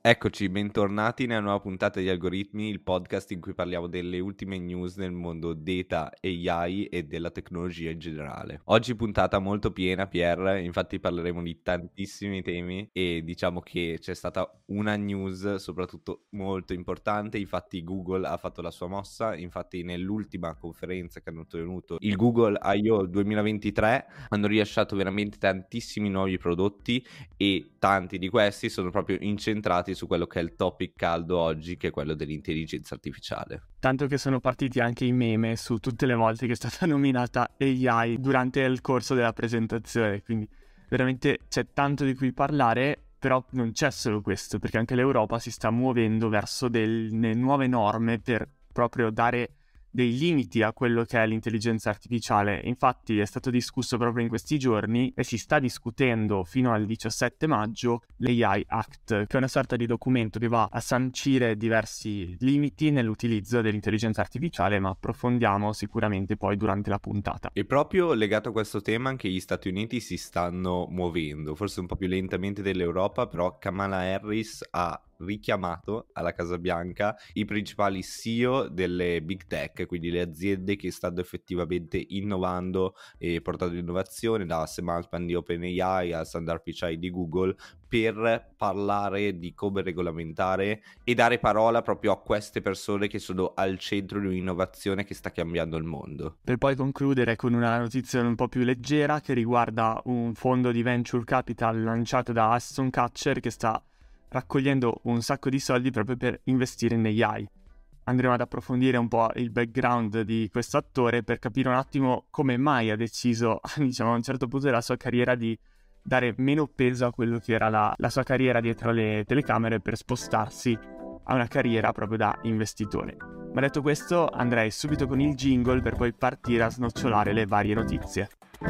Eccoci, bentornati nella nuova puntata di Algoritmi, il podcast in cui parliamo delle ultime news nel mondo data, AI e della tecnologia in generale. Oggi puntata molto piena, Pier, infatti parleremo di tantissimi temi e diciamo che c'è stata una news soprattutto molto importante, infatti Google ha fatto la sua mossa, infatti nell'ultima conferenza che hanno tenuto il Google I.O. 2023 hanno rilasciato veramente tantissimi nuovi prodotti e tanti di questi sono proprio incentrati su quello che è il topic caldo oggi, che è quello dell'intelligenza artificiale. Tanto che sono partiti anche i meme su tutte le volte che è stata nominata AI durante il corso della presentazione, quindi veramente c'è tanto di cui parlare, però non c'è solo questo, perché anche l'Europa si sta muovendo verso delle nuove norme per proprio dare dei limiti a quello che è l'intelligenza artificiale. Infatti è stato discusso proprio in questi giorni e si sta discutendo fino al 17 maggio l'AI Act, che è una sorta di documento che va a sancire diversi limiti nell'utilizzo dell'intelligenza artificiale, ma approfondiamo sicuramente poi durante la puntata. E proprio legato a questo tema anche gli Stati Uniti si stanno muovendo, forse un po' più lentamente dell'Europa, però Kamala Harris ha richiamato alla Casa Bianca i principali CEO delle big tech, quindi le aziende che stanno effettivamente innovando e portando innovazione, da Sam Altman di OpenAI a Sundar Pichai di Google, per parlare di come regolamentare e dare parola proprio a queste persone che sono al centro di un'innovazione che sta cambiando il mondo. Per poi concludere con una notizia un po' più leggera che riguarda un fondo di venture capital lanciato da Aston Kutcher che sta raccogliendo un sacco di soldi proprio per investire in AI. Andremo ad approfondire un po' il background di questo attore per capire un attimo come mai ha deciso, diciamo, a un certo punto della sua carriera di dare meno peso a quello che era la sua carriera dietro le telecamere per spostarsi a una carriera proprio da investitore. Ma detto questo, andrei subito con il jingle per poi partire a snocciolare le varie notizie.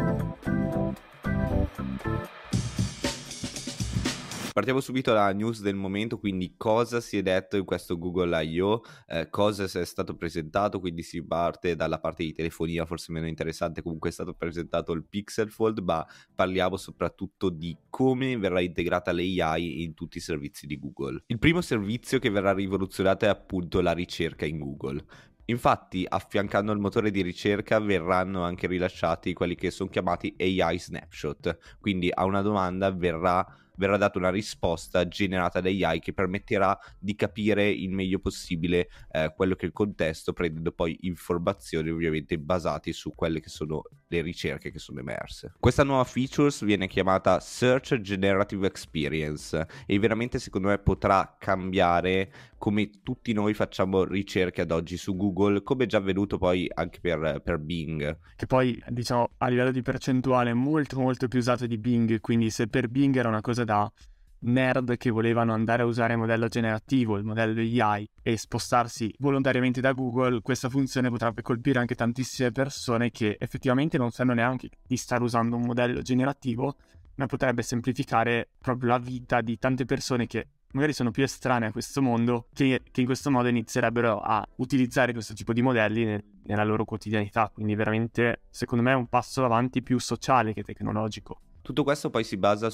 Partiamo subito dalla news del momento, quindi cosa si è detto in questo Google I.O., cosa è stato presentato, quindi si parte dalla parte di telefonia, forse meno interessante, comunque è stato presentato il Pixel Fold, ma parliamo soprattutto di come verrà integrata l'AI in tutti i servizi di Google. Il primo servizio che verrà rivoluzionato è appunto la ricerca in Google. Infatti, affiancando il motore di ricerca verranno anche rilasciati quelli che sono chiamati AI Snapshot, quindi a una domanda verrà data una risposta generata da AI che permetterà di capire il meglio possibile quello che è il contesto, prendendo poi informazioni ovviamente basate su quelle che sono le ricerche che sono emerse. Questa nuova features viene chiamata Search Generative Experience e veramente secondo me potrà cambiare come tutti noi facciamo ricerche ad oggi su Google, come è già avvenuto poi anche per Bing. Che poi, diciamo, a livello di percentuale è molto molto più usato di Bing, quindi se per Bing era una cosa da nerd che volevano andare a usare il modello generativo, il modello AI e spostarsi volontariamente da Google, questa funzione potrebbe colpire anche tantissime persone che effettivamente non sanno neanche di stare usando un modello generativo, ma potrebbe semplificare proprio la vita di tante persone che magari sono più estranee a questo mondo, che in questo modo inizierebbero a utilizzare questo tipo di modelli nella loro quotidianità. Quindi veramente, secondo me, è un passo avanti più sociale che tecnologico. Tutto questo poi si basa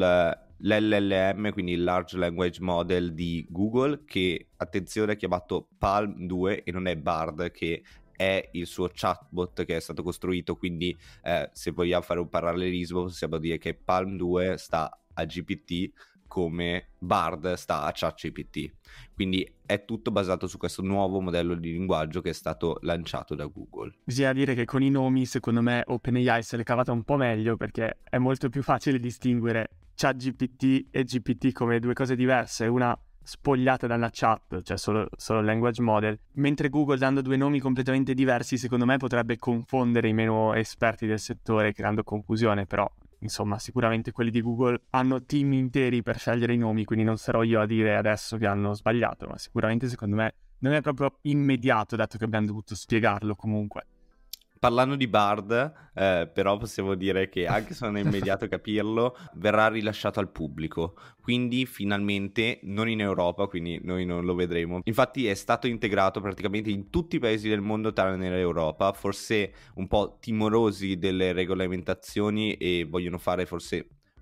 sull'LLM, quindi il Large Language Model di Google, che, attenzione, è chiamato Palm 2 e non è Bard, che è il suo chatbot che è stato costruito, quindi se vogliamo fare un parallelismo possiamo dire che Palm 2 sta a GPT come Bard sta a ChatGPT, quindi è tutto basato su questo nuovo modello di linguaggio che è stato lanciato da Google. Bisogna dire che con i nomi secondo me OpenAI se l'è cavata un po' meglio, perché è molto più facile distinguere ChatGPT e GPT come due cose diverse, una spogliata dalla chat, cioè solo il language model, mentre Google, dando due nomi completamente diversi, secondo me potrebbe confondere i meno esperti del settore creando confusione. Però insomma, sicuramente quelli di Google hanno team interi per scegliere i nomi, quindi non sarò io a dire adesso che hanno sbagliato, ma sicuramente secondo me non è proprio immediato, dato che abbiamo dovuto spiegarlo comunque. Parlando di Bard, però possiamo dire che anche se non è immediato capirlo, verrà rilasciato al pubblico, quindi finalmente non in Europa, quindi noi non lo vedremo. Infatti è stato integrato praticamente in tutti i paesi del mondo tranne l'Europa, forse un po' timorosi delle regolamentazioni e vogliono fare forse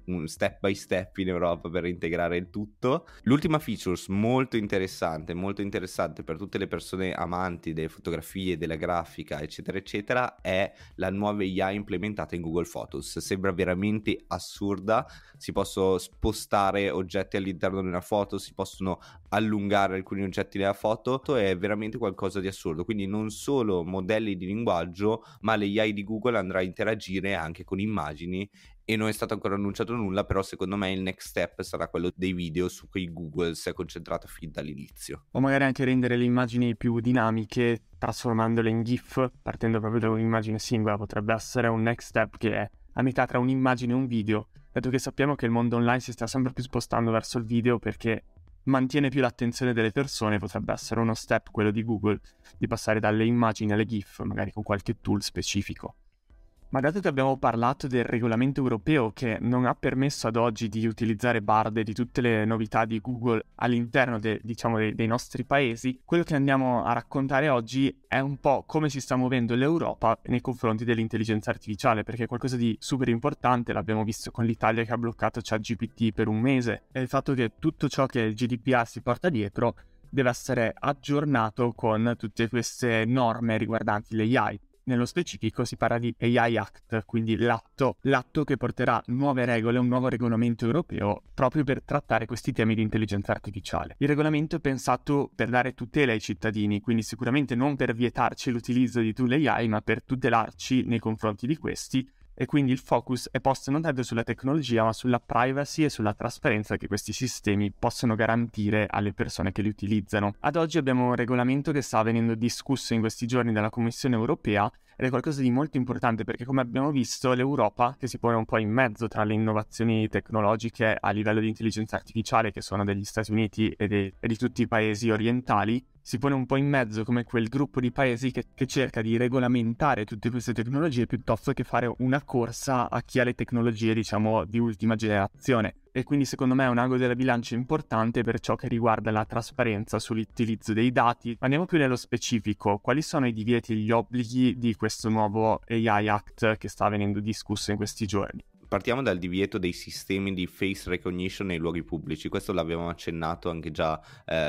un step by step in Europa per integrare il tutto. L'ultima features molto interessante per tutte le persone amanti delle fotografie, della grafica, eccetera eccetera, è la nuova AI implementata in Google Photos. Sembra veramente assurda, si possono spostare oggetti all'interno di una foto, si possono allungare alcuni oggetti nella foto, è veramente qualcosa di assurdo. Quindi non solo modelli di linguaggio, ma l'AI di Google andrà a interagire anche con immagini, e non è stato ancora annunciato nulla, però secondo me il next step sarà quello dei video su cui Google si è concentrato fin dall'inizio. O magari anche rendere le immagini più dinamiche, trasformandole in GIF, partendo proprio da un'immagine singola. Potrebbe essere un next step che è a metà tra un'immagine e un video, dato che sappiamo che il mondo online si sta sempre più spostando verso il video perché mantiene più l'attenzione delle persone. Potrebbe essere uno step, quello di Google, di passare dalle immagini alle GIF, magari con qualche tool specifico. Ma dato che abbiamo parlato del regolamento europeo che non ha permesso ad oggi di utilizzare Bard e di tutte le novità di Google all'interno dei nostri paesi, quello che andiamo a raccontare oggi è un po' come si sta muovendo l'Europa nei confronti dell'intelligenza artificiale, perché è qualcosa di super importante. L'abbiamo visto con l'Italia che ha bloccato ChatGPT per un mese, e il fatto che tutto ciò che il GDPR si porta dietro deve essere aggiornato con tutte queste norme riguardanti l'AI. Nello specifico si parla di AI Act, quindi l'atto che porterà nuove regole, un nuovo regolamento europeo proprio per trattare questi temi di intelligenza artificiale. Il regolamento è pensato per dare tutela ai cittadini, quindi sicuramente non per vietarci l'utilizzo di tool AI, ma per tutelarci nei confronti di questi. E quindi il focus è posto non tanto sulla tecnologia, ma sulla privacy e sulla trasparenza che questi sistemi possono garantire alle persone che li utilizzano. Ad oggi abbiamo un regolamento che sta venendo discusso in questi giorni dalla Commissione europea, ed è qualcosa di molto importante perché, come abbiamo visto, l'Europa, che si pone un po' in mezzo tra le innovazioni tecnologiche a livello di intelligenza artificiale che sono degli Stati Uniti e di tutti i paesi orientali, si pone un po' in mezzo come quel gruppo di paesi che cerca di regolamentare tutte queste tecnologie piuttosto che fare una corsa a chi ha le tecnologie, diciamo, di ultima generazione. E quindi secondo me è un ago della bilancia importante per ciò che riguarda la trasparenza sull'utilizzo dei dati. Andiamo più nello specifico: quali sono i divieti e gli obblighi di questo nuovo AI Act che sta venendo discusso in questi giorni? Partiamo dal divieto dei sistemi di face recognition nei luoghi pubblici. Questo l'avevamo accennato anche già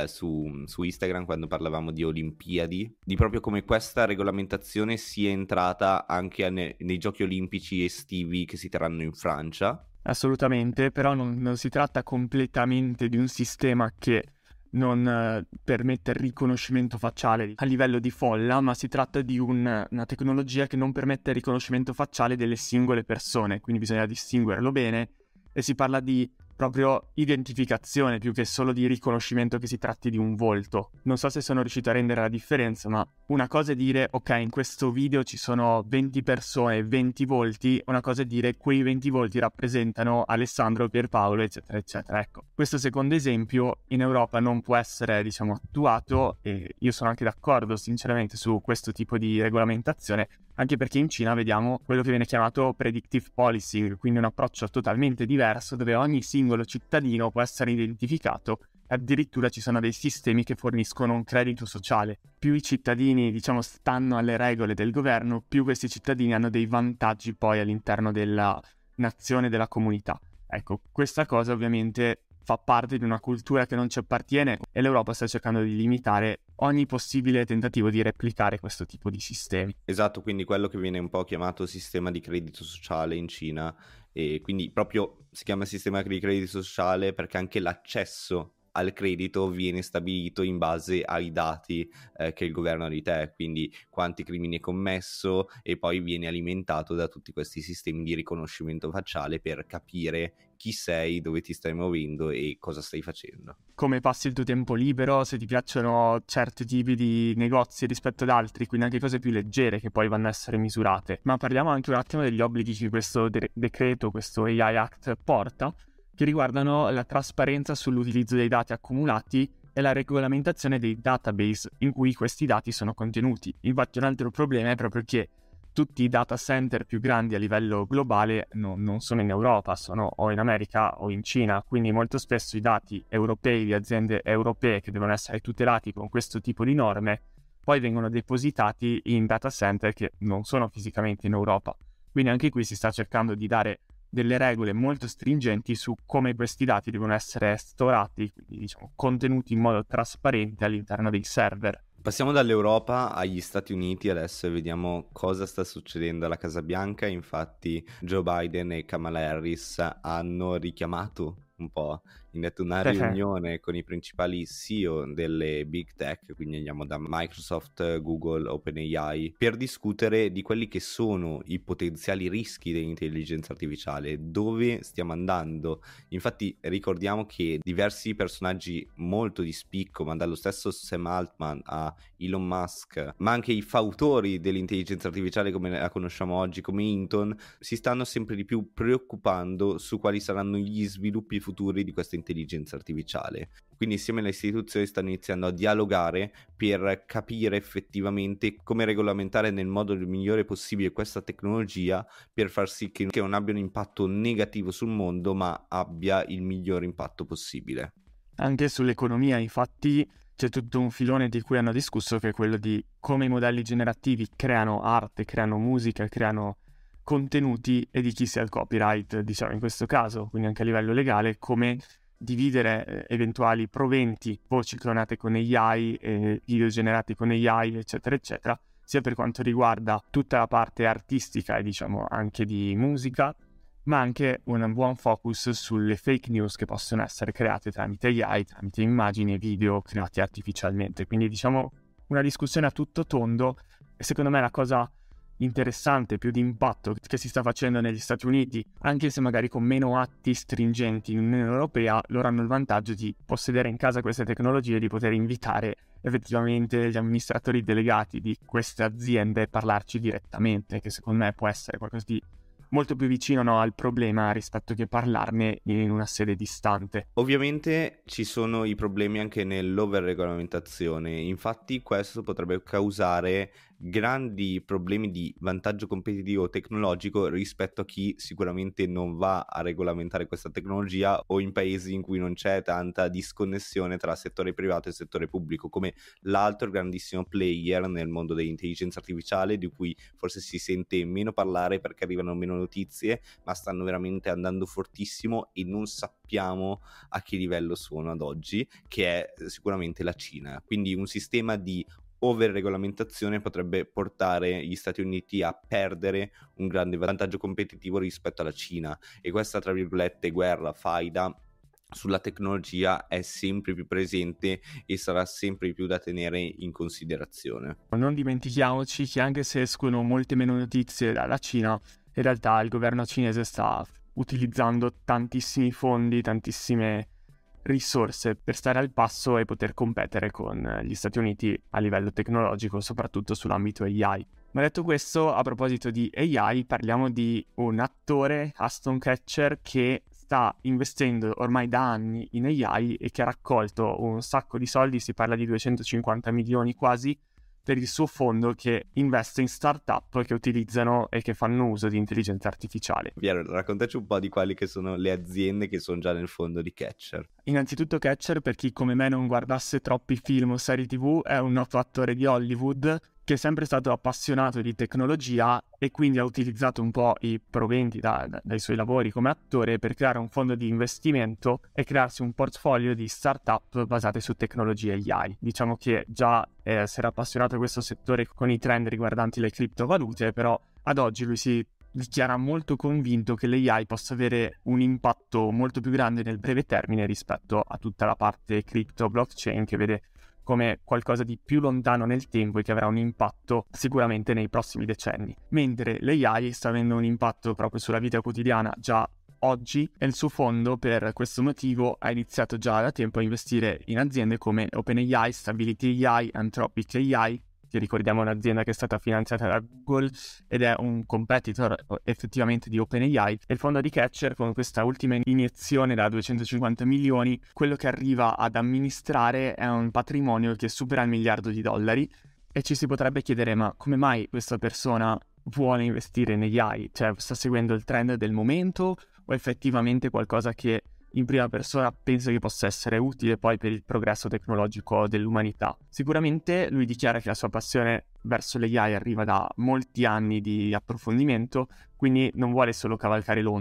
su Instagram quando parlavamo di Olimpiadi, di proprio come questa regolamentazione sia entrata anche nei giochi olimpici estivi che si terranno in Francia. Assolutamente, però non si tratta completamente di un sistema che non permette il riconoscimento facciale a livello di folla, ma si tratta di una tecnologia che non permette il riconoscimento facciale delle singole persone, quindi bisogna distinguerlo bene, e si parla di proprio identificazione più che solo di riconoscimento che si tratti di un volto. Non so se sono riuscito a rendere la differenza, ma una cosa è dire ok, in questo video ci sono 20 persone, 20 volti, una cosa è dire quei 20 volti rappresentano Alessandro, Pierpaolo, eccetera eccetera. Ecco, questo secondo esempio in Europa non può essere, diciamo, attuato, e io sono anche d'accordo sinceramente su questo tipo di regolamentazione, anche perché in Cina vediamo quello che viene chiamato predictive policing, quindi un approccio totalmente diverso dove ogni singolo cittadino può essere identificato. Addirittura ci sono dei sistemi che forniscono un credito sociale. Più i cittadini, diciamo, stanno alle regole del governo, più questi cittadini hanno dei vantaggi poi all'interno della nazione, della comunità. Ecco, questa cosa ovviamente fa parte di una cultura che non ci appartiene, e l'Europa sta cercando di limitare ogni possibile tentativo di replicare questo tipo di sistemi. Esatto, quindi quello che viene un po' chiamato sistema di credito sociale in Cina, e quindi proprio si chiama sistema di credito sociale perché anche l'accesso al credito viene stabilito in base ai dati che il governo ha di te, quindi quanti crimini hai commesso, e poi viene alimentato da tutti questi sistemi di riconoscimento facciale per capire chi sei, dove ti stai muovendo e cosa stai facendo. Come passi il tuo tempo libero, se ti piacciono certi tipi di negozi rispetto ad altri, quindi anche cose più leggere che poi vanno a essere misurate. Ma parliamo anche un attimo degli obblighi che questo decreto, questo AI Act porta, che riguardano la trasparenza sull'utilizzo dei dati accumulati e la regolamentazione dei database in cui questi dati sono contenuti. Infatti un altro problema è proprio che tutti i data center più grandi a livello globale non sono in Europa, sono o in America o in Cina, quindi molto spesso i dati europei di aziende europee che devono essere tutelati con questo tipo di norme poi vengono depositati in data center che non sono fisicamente in Europa. Quindi anche qui si sta cercando di dare delle regole molto stringenti su come questi dati devono essere storati, quindi diciamo contenuti in modo trasparente all'interno dei server. Passiamo dall'Europa agli Stati Uniti adesso e vediamo cosa sta succedendo alla Casa Bianca. Infatti Joe Biden e Kamala Harris hanno richiamato un po', in detto una riunione con i principali CEO delle big tech, quindi andiamo da Microsoft, Google, OpenAI, per discutere di quelli che sono i potenziali rischi dell'intelligenza artificiale, dove stiamo andando. Infatti ricordiamo che diversi personaggi molto di spicco, ma dallo stesso Sam Altman a Elon Musk, ma anche i fautori dell'intelligenza artificiale come la conosciamo oggi, come Hinton, si stanno sempre di più preoccupando su quali saranno gli sviluppi futuri di questa intelligenza artificiale. Quindi insieme alle istituzioni stanno iniziando a dialogare per capire effettivamente come regolamentare nel modo migliore possibile questa tecnologia per far sì che non abbia un impatto negativo sul mondo, ma abbia il miglior impatto possibile. Anche sull'economia, infatti, c'è tutto un filone di cui hanno discusso, che è quello di come i modelli generativi creano arte, creano musica, creano contenuti e di chi sia il copyright, diciamo in questo caso, quindi anche a livello legale, come dividere eventuali proventi, voci clonate con AI, video generati con AI, eccetera, eccetera, sia per quanto riguarda tutta la parte artistica e diciamo anche di musica, ma anche un buon focus sulle fake news che possono essere create tramite AI, tramite immagini e video creati artificialmente. Quindi diciamo una discussione a tutto tondo, e secondo me la cosa interessante, più di impatto che si sta facendo negli Stati Uniti, anche se magari con meno atti stringenti in Unione Europea, loro hanno il vantaggio di possedere in casa queste tecnologie e di poter invitare effettivamente gli amministratori delegati di queste aziende e parlarci direttamente, che secondo me può essere qualcosa di molto più vicino al problema rispetto che parlarne in una sede distante. Ovviamente ci sono i problemi anche nell'overregolamentazione, infatti questo potrebbe causare grandi problemi di vantaggio competitivo tecnologico rispetto a chi sicuramente non va a regolamentare questa tecnologia o in paesi in cui non c'è tanta disconnessione tra settore privato e settore pubblico, come l'altro grandissimo player nel mondo dell'intelligenza artificiale, di cui forse si sente meno parlare perché arrivano meno notizie, ma stanno veramente andando fortissimo e non sappiamo a che livello sono ad oggi, che è sicuramente la Cina. Quindi un sistema di overregolamentazione potrebbe portare gli Stati Uniti a perdere un grande vantaggio competitivo rispetto alla Cina, e questa, tra virgolette, guerra, faida sulla tecnologia è sempre più presente e sarà sempre più da tenere in considerazione. Non dimentichiamoci che anche se escono molte meno notizie dalla Cina, in realtà il governo cinese sta utilizzando tantissimi fondi, tantissime risorse per stare al passo e poter competere con gli Stati Uniti a livello tecnologico, soprattutto sull'ambito AI. Ma detto questo, a proposito di AI, parliamo di un attore, Ashton Kutcher, che sta investendo ormai da anni in AI e che ha raccolto un sacco di soldi, si parla di 250 milioni quasi, per il suo fondo che investe in startup che utilizzano e che fanno uso di intelligenza artificiale. Piero, raccontaci un po' di quali che sono le aziende che sono già nel fondo di Kutcher. Innanzitutto Kutcher, per chi come me non guardasse troppi film o serie TV, è un noto attore di Hollywood che è sempre stato appassionato di tecnologia e quindi ha utilizzato un po' i proventi dai suoi lavori come attore per creare un fondo di investimento e crearsi un portfolio di startup basate su tecnologie AI. Diciamo che già si era appassionato a questo settore con i trend riguardanti le criptovalute, però ad oggi lui si dichiara molto convinto che l'AI possa avere un impatto molto più grande nel breve termine rispetto a tutta la parte cripto blockchain, che vede come qualcosa di più lontano nel tempo e che avrà un impatto sicuramente nei prossimi decenni. Mentre l'AI sta avendo un impatto proprio sulla vita quotidiana già oggi, e il suo fondo per questo motivo ha iniziato già da tempo a investire in aziende come OpenAI, Stability AI, Anthropic AI, che ricordiamo è un'azienda che è stata finanziata da Google ed è un competitor effettivamente di OpenAI. E il fondo di Kutcher, con questa ultima iniezione da 250 milioni, quello che arriva ad amministrare è un patrimonio che supera il $1 miliardo, e ci si potrebbe chiedere: ma come mai questa persona vuole investire in AI? Cioè, sta seguendo il trend del momento o effettivamente qualcosa che in prima persona pensa che possa essere utile poi per il progresso tecnologico dell'umanità? Sicuramente lui dichiara che la sua passione verso l'AI arriva da molti anni di approfondimento, quindi non vuole solo cavalcare l'onda,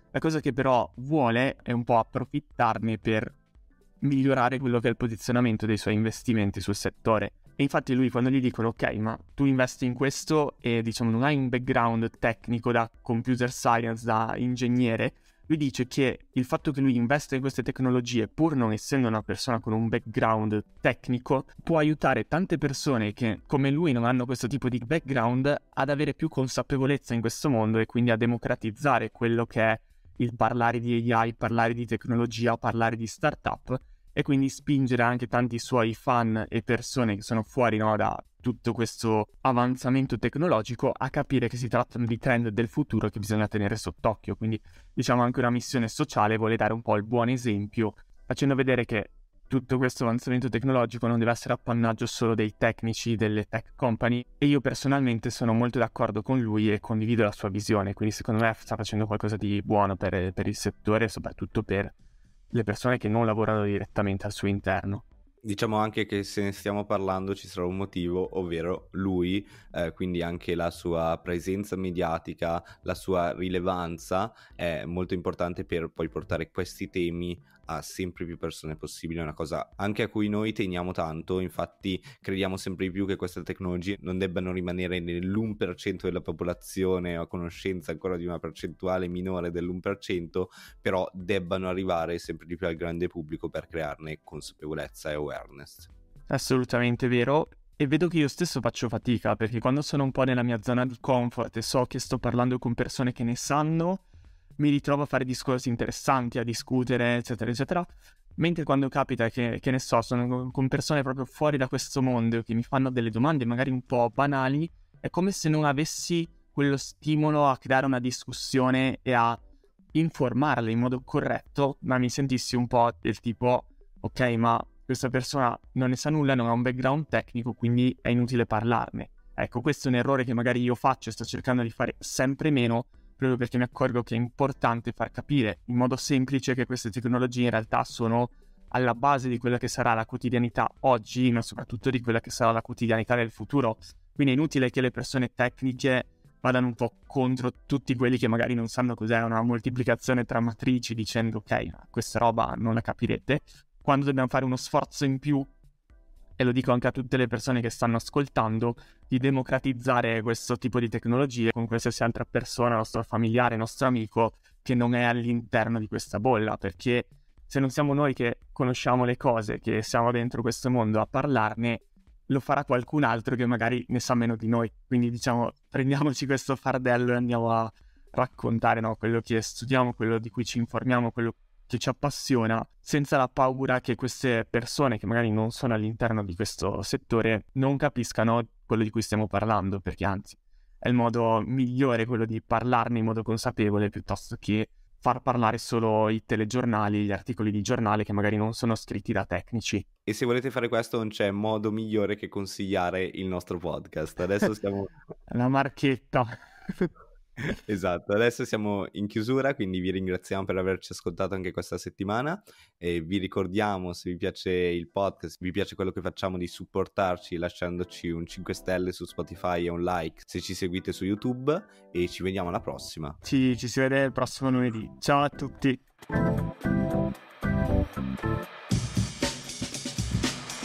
La cosa che però vuole è un po' approfittarne per migliorare quello che è il posizionamento dei suoi investimenti sul settore. E infatti lui, quando gli dicono ok, ma tu investi in questo e diciamo non hai un background tecnico da computer science, da ingegnere, lui dice che il fatto che lui investa in queste tecnologie, pur non essendo una persona con un background tecnico, può aiutare tante persone che come lui non hanno questo tipo di background ad avere più consapevolezza in questo mondo e quindi a democratizzare quello che è il parlare di AI, parlare di tecnologia, parlare di startup, e quindi spingere anche tanti suoi fan e persone che sono fuori, no, da tutto questo avanzamento tecnologico a capire che si trattano di trend del futuro che bisogna tenere sott'occhio. Quindi diciamo anche una missione sociale, vuole dare un po' il buon esempio, facendo vedere che tutto questo avanzamento tecnologico non deve essere appannaggio solo dei tecnici, delle tech company, e io personalmente sono molto d'accordo con lui e condivido la sua visione, quindi secondo me sta facendo qualcosa di buono per il settore e soprattutto per le persone che non lavorano direttamente al suo interno. Diciamo anche che se ne stiamo parlando ci sarà un motivo, ovvero lui, quindi anche la sua presenza mediatica, la sua rilevanza è molto importante per poi portare questi temi a sempre più persone possibile. È una cosa anche a cui noi teniamo tanto, infatti crediamo sempre di più che queste tecnologie non debbano rimanere nell'1% della popolazione o a conoscenza ancora di una percentuale minore dell'1%, però debbano arrivare sempre di più al grande pubblico per crearne consapevolezza e awareness. Assolutamente vero. E vedo che io stesso faccio fatica, perché quando sono un po' nella mia zona di comfort e so che sto parlando con persone che ne sanno, mi ritrovo a fare discorsi interessanti, a discutere, eccetera, eccetera. Mentre quando capita che ne so, sono con persone proprio fuori da questo mondo che mi fanno delle domande magari un po' banali, è come se non avessi quello stimolo a creare una discussione e a informarle in modo corretto, ma mi sentissi un po' del tipo, ok, ma questa persona non ne sa nulla, non ha un background tecnico, quindi è inutile parlarne. Ecco, questo è un errore che magari io faccio e sto cercando di fare sempre meno, proprio perché mi accorgo che è importante far capire in modo semplice che queste tecnologie in realtà sono alla base di quella che sarà la quotidianità oggi, ma soprattutto di quella che sarà la quotidianità del futuro. Quindi è inutile che le persone tecniche vadano un po' contro tutti quelli che magari non sanno cos'è una moltiplicazione tra matrici, dicendo ok, questa roba non la capirete, quando dobbiamo fare uno sforzo in più, e lo dico anche a tutte le persone che stanno ascoltando, di democratizzare questo tipo di tecnologie con qualsiasi altra persona, nostro familiare, nostro amico, che non è all'interno di questa bolla, perché se non siamo noi che conosciamo le cose, che siamo dentro questo mondo a parlarne, lo farà qualcun altro che magari ne sa meno di noi. Quindi diciamo, prendiamoci questo fardello e andiamo a raccontare, no, quello che studiamo, quello di cui ci informiamo, quello che ci appassiona, senza la paura che queste persone che magari non sono all'interno di questo settore non capiscano quello di cui stiamo parlando, perché anzi è il modo migliore quello di parlarne in modo consapevole piuttosto che far parlare solo i telegiornali, gli articoli di giornale che magari non sono scritti da tecnici. E se volete fare questo non c'è modo migliore che consigliare il nostro podcast. Adesso siamo... La marchetta. Esatto, adesso siamo in chiusura, quindi vi ringraziamo per averci ascoltato anche questa settimana e vi ricordiamo, se vi piace il podcast, se vi piace quello che facciamo, di supportarci lasciandoci un 5 stelle su Spotify e un like se ci seguite su YouTube, e ci vediamo alla prossima. Ci si vede il prossimo lunedì. Ciao a tutti.